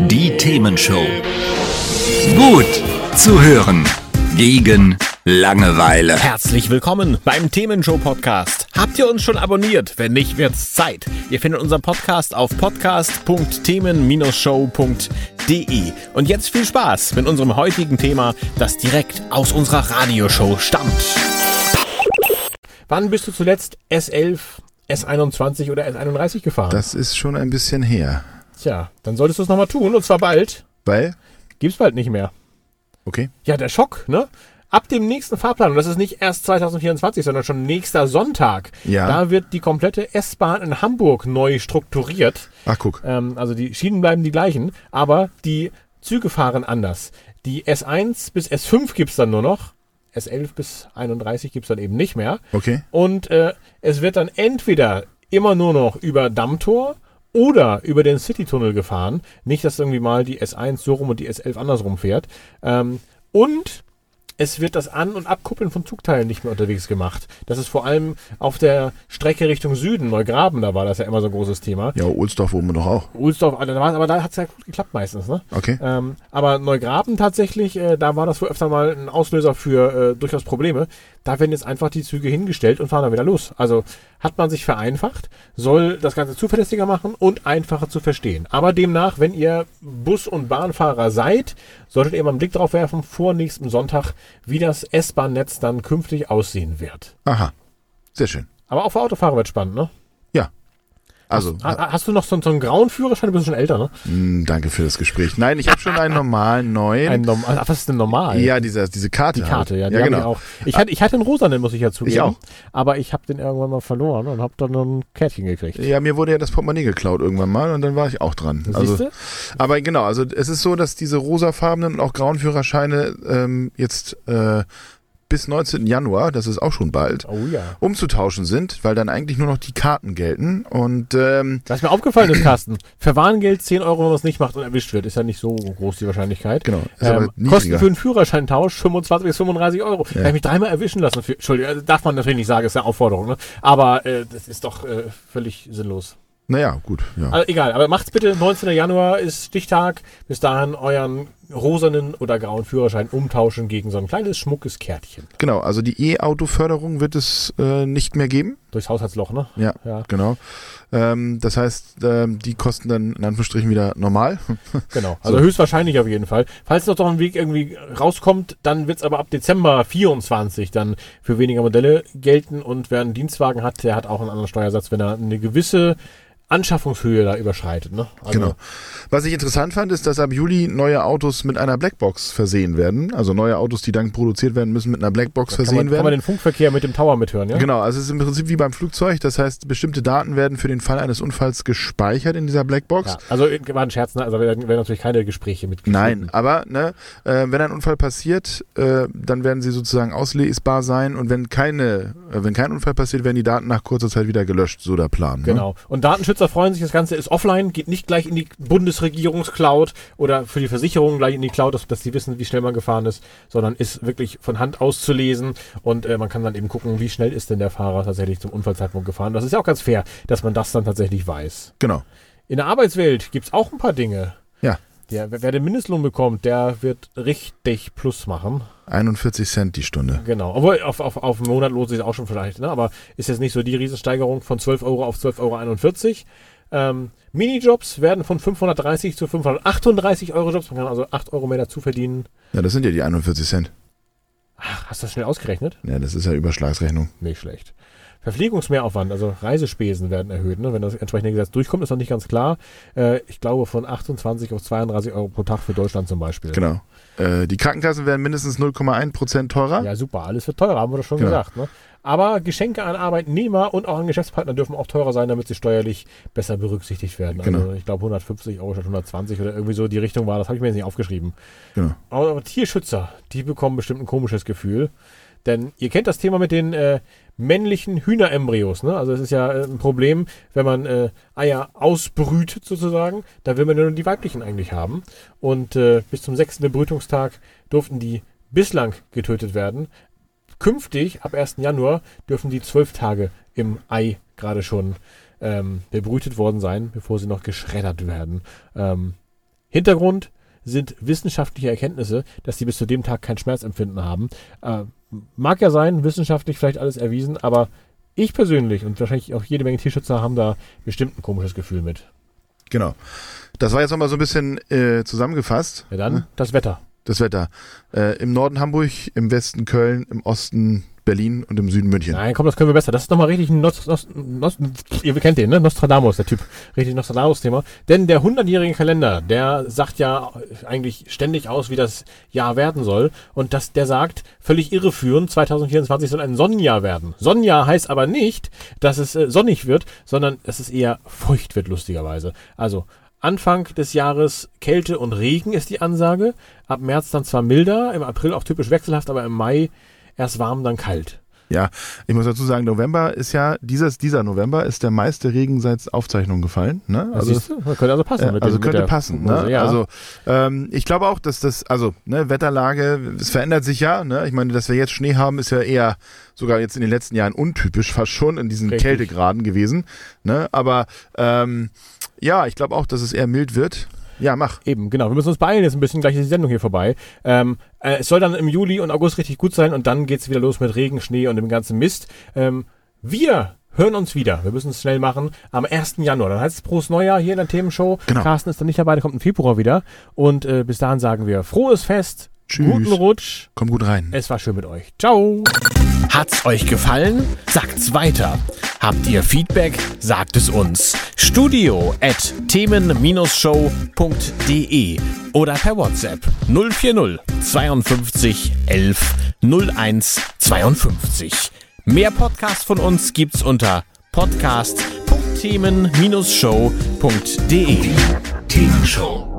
Die Themenshow. Gut zu hören. Gegen Langeweile. Herzlich willkommen beim Themenshow-Podcast. Habt ihr uns schon abonniert? Wenn nicht, wird's Zeit. Ihr findet unseren Podcast auf podcast.themen-show.de. Und jetzt viel Spaß mit unserem heutigen Thema, das direkt aus unserer Radioshow stammt. Wann bist du zuletzt S11, S21 oder S31 gefahren? Das ist schon ein bisschen her. Tja, dann solltest du es nochmal tun, und zwar bald. Weil? Gibt's bald nicht mehr. Okay. Ja, der Schock, ne? Ab dem nächsten Fahrplan, und das ist nicht erst 2024, sondern schon nächster Sonntag, Ja. Da wird die komplette S-Bahn in Hamburg neu strukturiert. Ach, guck. Also die Schienen bleiben die gleichen, aber die Züge fahren anders. Die S1 bis S5 gibt's dann nur noch. S11 bis 31 gibt's dann eben nicht mehr. Okay. Und es wird dann entweder immer nur noch über Dammtor oder über den Citytunnel gefahren. Nicht, dass irgendwie mal die S1 so rum und die S11 andersrum fährt. Und es wird das An- und Abkuppeln von Zugteilen nicht mehr unterwegs gemacht. Das ist vor allem auf der Strecke Richtung Süden, Neugraben, da war das ja immer so ein großes Thema. Ja, Ohlsdorf wohnen wir doch auch. Ohlsdorf, aber da hat es ja gut geklappt meistens, ne? Okay. Aber Neugraben tatsächlich, da war das wohl öfter mal ein Auslöser für durchaus Probleme. Da werden jetzt einfach die Züge hingestellt und fahren dann wieder los. Also hat man sich vereinfacht, soll das Ganze zuverlässiger machen und einfacher zu verstehen. Aber demnach, wenn ihr Bus- und Bahnfahrer seid, solltet ihr mal einen Blick drauf werfen vor nächsten Sonntag, wie das S-Bahn-Netz dann künftig aussehen wird. Aha. Sehr schön. Aber auch für Autofahrer wird spannend, ne? Ja. Also, Hast du noch so einen grauen Führerschein? Du bist schon älter, ne? danke für das Gespräch. Nein, ich habe schon einen normalen neuen. Was ist denn normal? Ja, diese Karte. Die Karte, ja, die genau. habe ich auch. Ich hatte einen rosanen, muss ich ja zugeben. Ich auch. Aber ich habe den irgendwann mal verloren und habe dann noch ein Kärtchen gekriegt. Ja, mir wurde ja das Portemonnaie geklaut irgendwann mal und dann war ich auch dran. Siehste? Aber genau, also es ist so, dass diese rosafarbenen und auch grauen Führerscheine jetzt bis 19. Januar, das ist auch schon bald, Oh ja. umzutauschen sind, weil dann eigentlich nur noch die Karten gelten. Und Was mir aufgefallen ist, Carsten, für Warngeld 10 Euro, wenn man es nicht macht und erwischt wird, ist ja nicht so groß die Wahrscheinlichkeit. Genau, ist aber Kosten niedriger. für einen Führerscheintausch 25 bis 35 Euro. Da habe ich mich dreimal erwischen lassen. Entschuldigung, also darf man natürlich nicht sagen, ist eine Aufforderung, ne? Aber das ist doch völlig sinnlos. naja, gut. Ja. Also, egal, aber macht's bitte, 19. Januar ist Stichtag. Bis dahin euren rosanen oder grauen Führerschein umtauschen gegen so ein kleines, schmuckes Kärtchen. Genau, also die E-Auto-Förderung wird es nicht mehr geben. Durchs Haushaltsloch, ne? Ja, Ja. genau. Das heißt, die kosten dann in Anführungsstrichen wieder normal. Genau, also höchstwahrscheinlich auf jeden Fall. Falls noch ein Weg irgendwie rauskommt, dann wird's aber ab Dezember 24 dann für weniger Modelle gelten, und wer einen Dienstwagen hat, der hat auch einen anderen Steuersatz, wenn er eine gewisse Anschaffungshöhe da überschreitet, ne? Also, Genau. Was ich interessant fand, ist, dass ab Juli neue Autos mit einer Blackbox versehen werden. Also neue Autos, die dann produziert werden müssen, mit einer Blackbox versehen kann man werden. den Funkverkehr mit dem Tower mithören, ja? Genau, also es ist im Prinzip wie beim Flugzeug. Das heißt, bestimmte Daten werden für den Fall eines Unfalls gespeichert in dieser Blackbox. Ja, also war ein Scherz, ne? Also werden natürlich keine Gespräche mit. Nein, aber wenn ein Unfall passiert, dann werden sie sozusagen auslesbar sein, und wenn kein Unfall passiert, werden die Daten nach kurzer Zeit wieder gelöscht, so der Plan. Ne? Genau. Und Datenschützer freuen sich, das Ganze ist offline, geht nicht gleich in die Bundesregierungscloud oder für die Versicherung gleich in die Cloud, dass die wissen, wie schnell man gefahren ist, sondern ist wirklich von Hand auszulesen, und man kann dann eben gucken, wie schnell ist denn der Fahrer tatsächlich zum Unfallzeitpunkt gefahren. Das ist ja auch ganz fair, dass man das dann tatsächlich weiß. Genau. In der Arbeitswelt gibt's auch ein paar Dinge. Ja. Wer den Mindestlohn bekommt, der wird richtig Plus machen. 41 Cent die Stunde. Genau. Obwohl, auf einen Monat lohnt sich auch schon vielleicht, ne? Aber ist jetzt nicht so die Riesensteigerung von 12 Euro auf 12,41 Euro. Minijobs werden von 530 zu 538 Euro Jobs. Man kann also 8 Euro mehr dazu verdienen. Ja, das sind ja die 41 Cent. Ach, hast du das schnell ausgerechnet? Ja, das ist ja Überschlagsrechnung. Nicht schlecht. Verpflegungsmehraufwand, also Reisespesen werden erhöht, ne? Wenn das entsprechende Gesetz durchkommt, ist noch nicht ganz klar. Ich glaube von 28 auf 32 Euro pro Tag für Deutschland zum Beispiel. Genau. Die Krankenkassen werden mindestens 0,1% teurer. Ja, super, alles wird teurer, haben wir doch schon gesagt. Ne? Aber Geschenke an Arbeitnehmer und auch an Geschäftspartner dürfen auch teurer sein, damit sie steuerlich besser berücksichtigt werden. Also Genau. ich glaube 150 Euro statt 120 oder irgendwie so die Richtung war, das habe ich mir jetzt nicht aufgeschrieben. Genau. Aber Tierschützer, die bekommen bestimmt ein komisches Gefühl. Denn ihr kennt das Thema mit den männlichen Hühnerembryos. Ne? Also es ist ja ein Problem, wenn man Eier ausbrütet sozusagen, da will man ja nur die weiblichen eigentlich haben. Und bis zum 6. Bebrütungstag durften die bislang getötet werden. Künftig, ab 1. Januar, dürfen die 12 Tage im Ei gerade schon bebrütet worden sein, bevor sie noch geschreddert werden. Hintergrund sind wissenschaftliche Erkenntnisse, dass die bis zu dem Tag kein Schmerzempfinden haben. Mag ja sein, wissenschaftlich vielleicht alles erwiesen, aber ich persönlich und wahrscheinlich auch jede Menge Tierschützer haben da bestimmt ein komisches Gefühl mit. Genau. Das war jetzt nochmal so ein bisschen zusammengefasst. Ja, dann das Wetter. Das Wetter. Im Norden Hamburg, im Westen Köln, im Osten Berlin und im Süden München. Nein, komm, das können wir besser. Das ist nochmal richtig ein ihr kennt den, ne? Nostradamus, der Typ. Richtig Nostradamus-Thema. Denn der 100-jährige Kalender, der sagt ja eigentlich ständig aus, wie das Jahr werden soll. Und der sagt, völlig irreführend, 2024 soll ein Sonnenjahr werden. Sonnenjahr heißt aber nicht, dass es sonnig wird, sondern dass es eher feucht wird, lustigerweise. Also Anfang des Jahres Kälte und Regen ist die Ansage. Ab März dann zwar milder, im April auch typisch wechselhaft, aber im Mai erst warm, dann kalt. Ja, ich muss dazu sagen, November ist ja, dieser November ist der meiste Regen seit Aufzeichnungen gefallen. Ne? Also, könnte also passen. Könnte passen. Ne? Ja. Also ich glaube auch, dass Wetterlage, es verändert sich ja. Ne? Ich meine, dass wir jetzt Schnee haben, ist ja eher sogar jetzt in den letzten Jahren untypisch, fast schon in diesen Kältegraden gewesen. Ne? Aber ich glaube auch, dass es eher mild wird. Ja, mach. Eben, genau. Wir müssen uns beeilen, jetzt ein bisschen, gleich ist die Sendung hier vorbei. Es soll dann im Juli und August richtig gut sein und dann geht's wieder los mit Regen, Schnee und dem ganzen Mist. Wir hören uns wieder. Wir müssen es schnell machen. Am 1. Januar. Dann heißt es Prost Neujahr hier in der Themenshow. Genau. Carsten ist dann nicht dabei, der kommt im Februar wieder. Und bis dahin sagen wir frohes Fest. Tschüss. Guten Rutsch. Kommt gut rein. Es war schön mit euch. Ciao. Hat's euch gefallen? Sagt's weiter. Habt ihr Feedback? Sagt es uns. studio@themen-show.de oder per WhatsApp 040 52 11 01 52. Mehr Podcasts von uns gibt's unter podcast.themen-show.de. Themenshow.